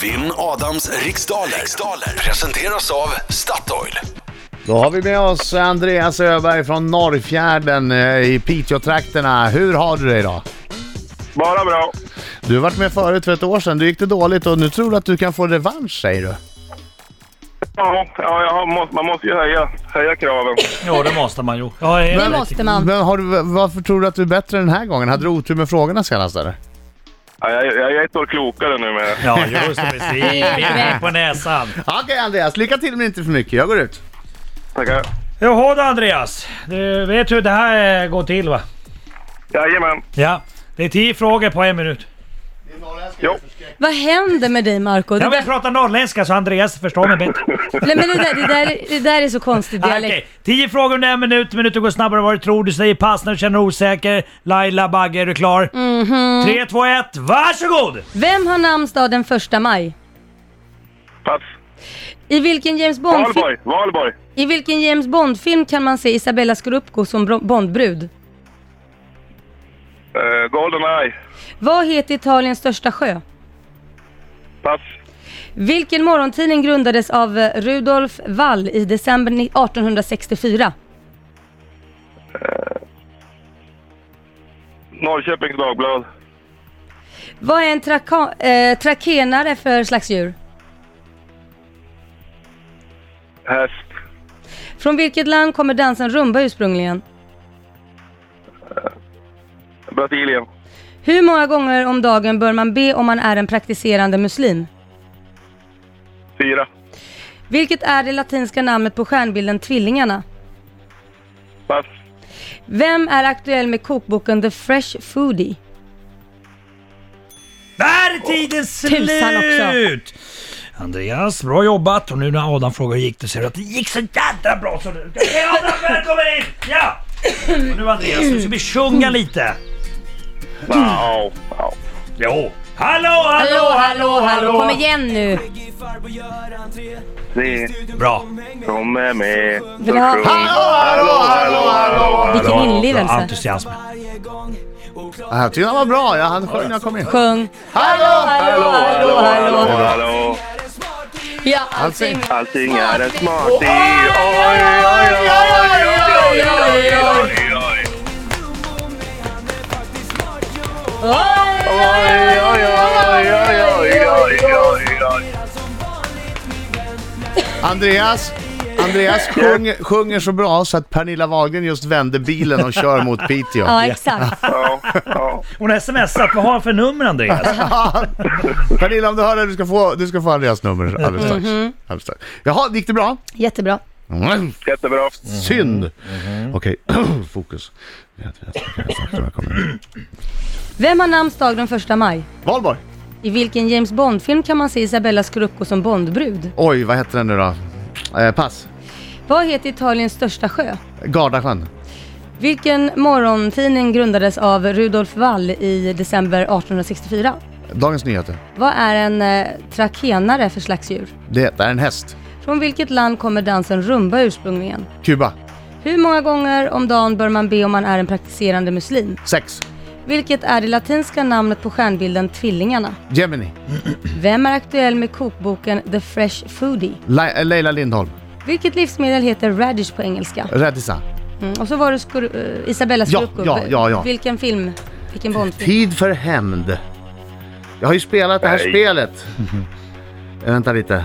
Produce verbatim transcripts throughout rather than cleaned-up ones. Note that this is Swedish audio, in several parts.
Vinn Adams riksdaler. riksdaler presenteras av Statoil. Då har vi med oss Andreas Öberg från Norrfjärden i Piteå-trakterna. Hur har du det idag? Bara bra. Du har varit med förut för ett år sedan. Du gick det dåligt och nu tror du att du kan få revansch, säger du. Ja, ja jag har, man måste ju höja, höja kraven. Ja, det måste man ju. Ja, det Men, måste man. Men har du, varför tror du att du är bättre den här gången? Hade du otur med frågorna senast eller? Ja, jag, jag är ett år klokare nu med. Ja, just det, precis. Vi är på näsan. Okej okay, Andreas, lycka till men inte för mycket. Jag går ut. Tackar. Jaha då Andreas. Du vet hur det här går till va? Jajamän. Ja, det är tio frågor på en minut. Jo. Vad händer med dig, Marco? Det Jag vill där... prata norrländska så Andreas förstår mig bättre. Nej, men det där, det, där, det där är så konstigt dialekt. Okej, tio frågor under en minut. Minuten går snabbare än vad du tror. Du säger pass när du känner dig osäker. Laila Bagge, är du klar? Mhm. tre, två, ett, varsågod! Vem har namnsdag den första maj? Pass. I vilken James Bond Valborg, Valborg. I vilken James Bond-film kan man se Isabella Scorupco som bro- Bondbrud? Uh, Golden Eye. Vad heter Italiens största sjö? Pass. Vilken morgontidning grundades av eh, Rudolf Wall i december ni- arton sextiofyra? Norrköpings Dagblad. Vad är en traka- eh, trakenare för slags djur? Häst. Från vilket land kommer dansen rumba ursprungligen? Brasilien. Hur många gånger om dagen bör man be om man är en praktiserande muslim? Fyra. Vilket är det latinska namnet på stjärnbilden Tvillingarna? Pass. Vem är aktuell med kokboken The Fresh Foodie? Där är tiden tusan också. slut! Andreas, bra jobbat. Och nu när Adam frågar hur gick det ser du att det gick så jävla bra. Så du... Hej Adam, välkommen in! Ja! Och nu Andreas, du ska vi sjunga lite. Wow. Wow. Jo. Hallå, hallå, Hallå, hallå, hallå! Kom igen nu! Se, Bra. kom med med. Bra. Hallå, hallå, hallå, hallå. Vilken inlevelse. Entusiasm. Ja, jag tycker det var bra. Jag hann sjunga när jag kom in. Sjung. Hallå! Hallå, hallå, hallå! Hallå. Ja, allting. Allting är en smarty. Oj, oj, oj, oj, oj, oj, oj, oj. Oj, oj, oj, oj, oj, oj, oj. Andreas, Andreas sjung, sjunger så bra så att Pernilla Wahlgren just vände bilen och kör mot Piteå. Ja, exakt. Ja, ja. Hon har smsat. Vad har han för nummer Andreas? Pernilla, om du hör det, du ska få, du ska få Andreas nummer alldeles strax. Mm-hmm. Alldeles strax. Jaha, gick det bra? Jättebra. Mm. Jättebra. Synd. Okej, fokus. Vem har namnsdag den första maj? Valborg. I vilken James Bond-film kan man se Isabella Scorupco som Bondbrud? Oj, vad heter den nu då? Eh, pass. Vad heter Italiens största sjö? Gardasjön. Vilken morgontidning grundades av Rudolf Wall i december arton sextiofyra? Dagens Nyheter. Vad är en eh, trakenare för slags djur? Det är en häst. Från vilket land kommer dansen rumba ursprungligen? Kuba. Hur många gånger om dagen bör man be om man är en praktiserande muslim? Sex. Vilket är det latinska namnet på stjärnbilden Tvillingarna? Gemini. Vem är aktuell med kokboken The Fresh Foodie? Le- eh, Leila Lindholm. Vilket livsmedel heter radish på engelska? Rädisa. Mm. Och så var det Skor- uh, Isabella Ja, Scorupco. ja, ja, ja. Vilken film? Vilken Bondfilm? Tid för hämnd. Jag har ju spelat det här Nej. spelet. Eh, Vänta lite.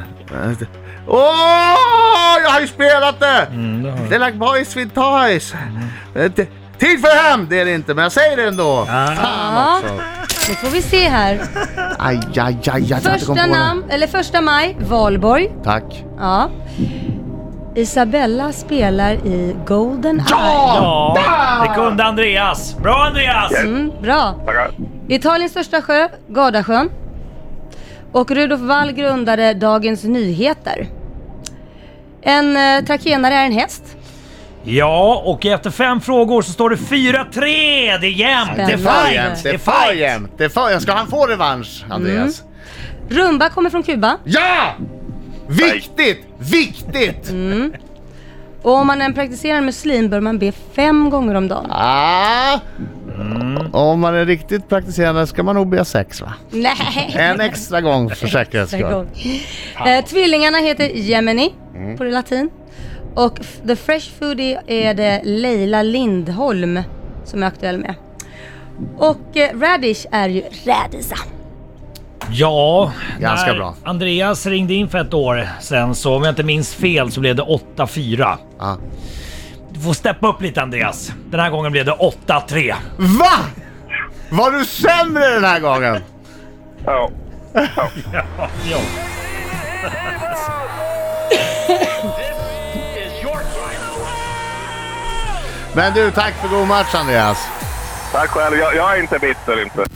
Åh, jag har ju spelat det! Det är like boys with toys. Eh, t- Tid för hämnd, det är det inte, men jag säger det ändå. Ja, nu får vi se här. Aj, aj, aj, aj, jag kan inte komma Första på det. namn, eller första maj, Valborg. Tack. Ja. Isabella spelar i Golden Eye. Ja, det kunde Andreas. Bra Andreas! Mm, bra. Tackar. Italiens största sjö, Gardasjön. Och Rudolf Wall grundade Dagens Nyheter. En eh, trakenare är en häst. Ja, och efter fem frågor så står det fyra tre. Det är jämnt. Det är Spännande. fight. Det är för jämnt. Det är för jämnt. Ska han få revansch, Andreas? Rumba kommer från Kuba. Ja! Viktigt! Viktigt! Och om man är en praktiserande muslim bör man be fem gånger om dagen. Ah, Mm. Om man är riktigt praktiserande ska man nog be sex, va? Nej. En extra gång för säkerhets Extra skull. gång. Eh, tvillingarna heter Gemini på det latin. Och f- The Fresh Foodie är det Leila Lindholm som är aktuell med. Och eh, Radish är ju Radisa. Ja, Ganska när bra. Andreas ringde in för ett år sen, så om jag inte minns fel så blev det åtta fyra. Ja. Du får steppa upp lite, Andreas. Den här gången blev det åtta tre. Va? Var du sämre den här gången? Ja. Ja. Men du, tack för god match, Andreas. Tack själv. Jag, jag är inte bitter inte.